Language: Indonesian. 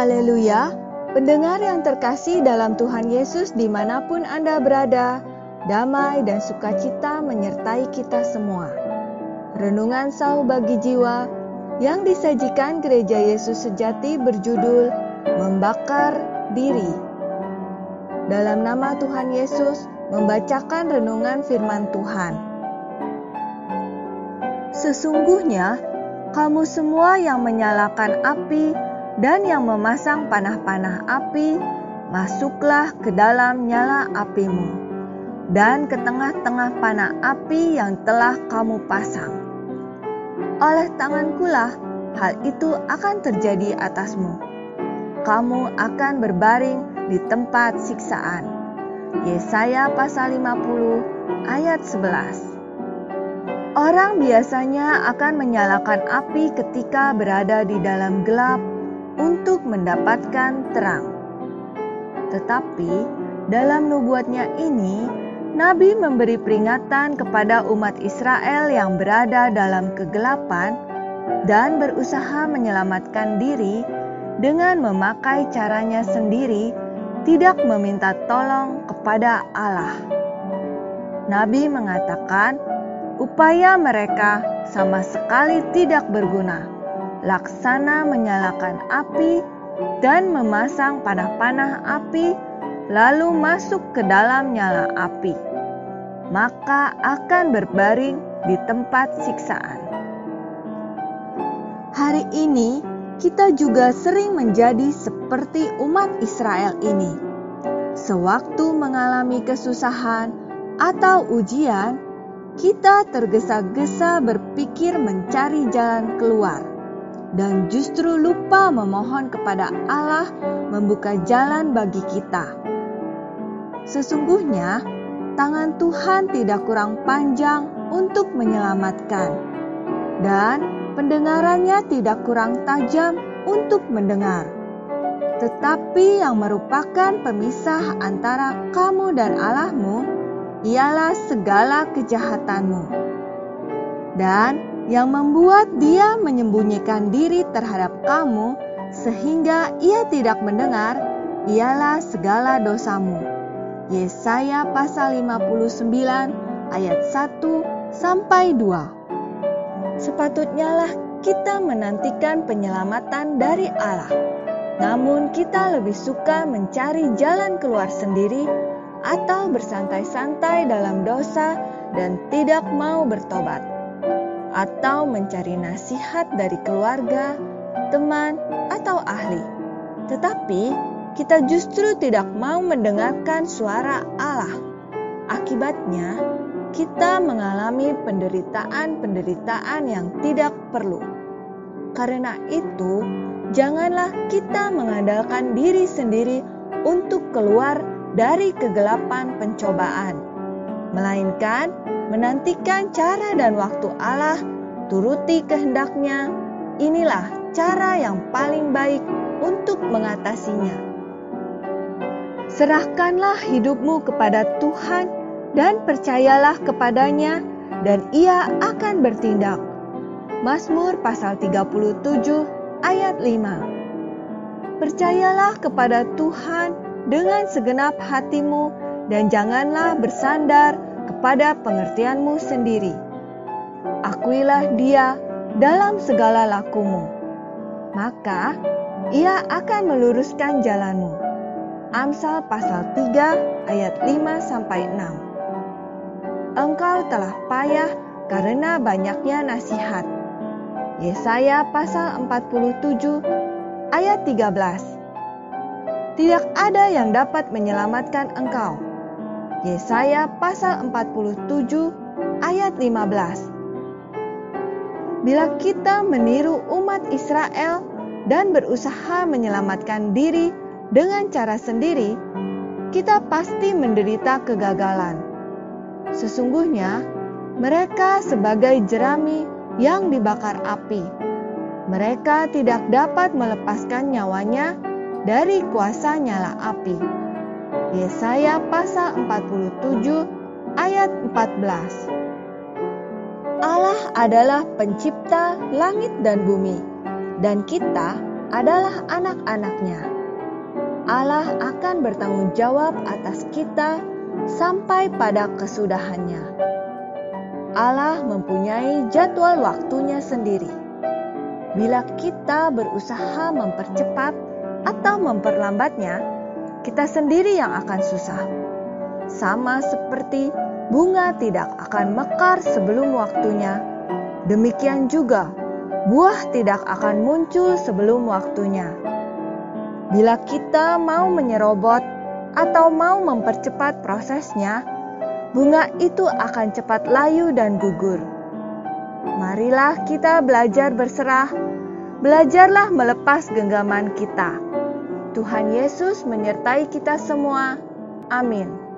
Haleluya, pendengar yang terkasih dalam Tuhan Yesus dimanapun Anda berada, damai dan sukacita menyertai kita semua. Renungan Sau bagi Jiwa yang disajikan Gereja Yesus Sejati berjudul Membakar Diri. Dalam nama Tuhan Yesus, membacakan renungan firman Tuhan. Sesungguhnya, kamu semua yang menyalakan api dan yang memasang panah-panah api, masuklah ke dalam nyala apimu, dan ke tengah-tengah panah api yang telah kamu pasang. Oleh tangankulah hal itu akan terjadi atasmu. Kamu akan berbaring di tempat siksaan. Yesaya pasal 50 ayat 11. Orang biasanya akan menyalakan api ketika berada di dalam gelap untuk mendapatkan terang. Tetapi dalam nubuatnya ini, Nabi memberi peringatan kepada umat Israel yang berada dalam kegelapan dan berusaha menyelamatkan diri dengan memakai caranya sendiri, tidak meminta tolong kepada Allah. Nabi mengatakan, upaya mereka sama sekali tidak berguna. Laksana menyalakan api dan memasang panah-panah api, lalu masuk ke dalam nyala api, maka akan berbaring di tempat siksaan. Hari ini kita juga sering menjadi seperti umat Israel ini. Sewaktu mengalami kesusahan atau ujian, kita tergesa-gesa berpikir mencari jalan keluar, dan justru lupa memohon kepada Allah membuka jalan bagi kita. Sesungguhnya, tangan Tuhan tidak kurang panjang untuk menyelamatkan, dan pendengarannya tidak kurang tajam untuk mendengar. Tetapi yang merupakan pemisah antara kamu dan Allahmu ialah segala kejahatanmu. Dan yang membuat Dia menyembunyikan diri terhadap kamu sehingga Ia tidak mendengar ialah segala dosamu. Yesaya pasal 59 ayat 1 sampai 2. Sepatutnya lah kita menantikan penyelamatan dari Allah. Namun kita lebih suka mencari jalan keluar sendiri atau bersantai-santai dalam dosa dan tidak mau bertobat, atau mencari nasihat dari keluarga, teman, atau ahli. Tetapi kita justru tidak mau mendengarkan suara Allah. Akibatnya, kita mengalami penderitaan-penderitaan yang tidak perlu. Karena itu, janganlah kita mengandalkan diri sendiri untuk keluar dari kegelapan pencobaan, melainkan menantikan cara dan waktu Allah, turuti kehendak-Nya. Inilah cara yang paling baik untuk mengatasinya. Serahkanlah hidupmu kepada Tuhan dan percayalah kepadanya, dan Ia akan bertindak. Mazmur pasal 37 ayat 5. Percayalah kepada Tuhan dengan segenap hatimu, dan janganlah bersandar kepada pengertianmu sendiri. Akuilah Dia dalam segala lakumu, maka Ia akan meluruskan jalanmu. Amsal pasal 3 ayat 5-6. Engkau telah payah karena banyaknya nasihat. Yesaya pasal 47 ayat 13. Tidak ada yang dapat menyelamatkan engkau. Yesaya pasal 47 ayat 15. Bila kita meniru umat Israel dan berusaha menyelamatkan diri dengan cara sendiri, kita pasti menderita kegagalan. Sesungguhnya, mereka sebagai jerami yang dibakar api. Mereka tidak dapat melepaskan nyawanya dari kuasa nyala api. Yesaya pasal 47 ayat 14. Allah adalah pencipta langit dan bumi, dan kita adalah anak-anak-Nya. Allah akan bertanggung jawab atas kita sampai pada kesudahannya. Allah mempunyai jadwal waktunya sendiri. Bila kita berusaha mempercepat atau memperlambatnya, kita sendiri yang akan susah. Sama seperti bunga tidak akan mekar sebelum waktunya, demikian juga buah tidak akan muncul sebelum waktunya. Bila kita mau menyerobot atau mau mempercepat prosesnya, bunga itu akan cepat layu dan gugur. Marilah kita belajar berserah, belajarlah melepas genggaman kita. Tuhan Yesus menyertai kita semua. Amin.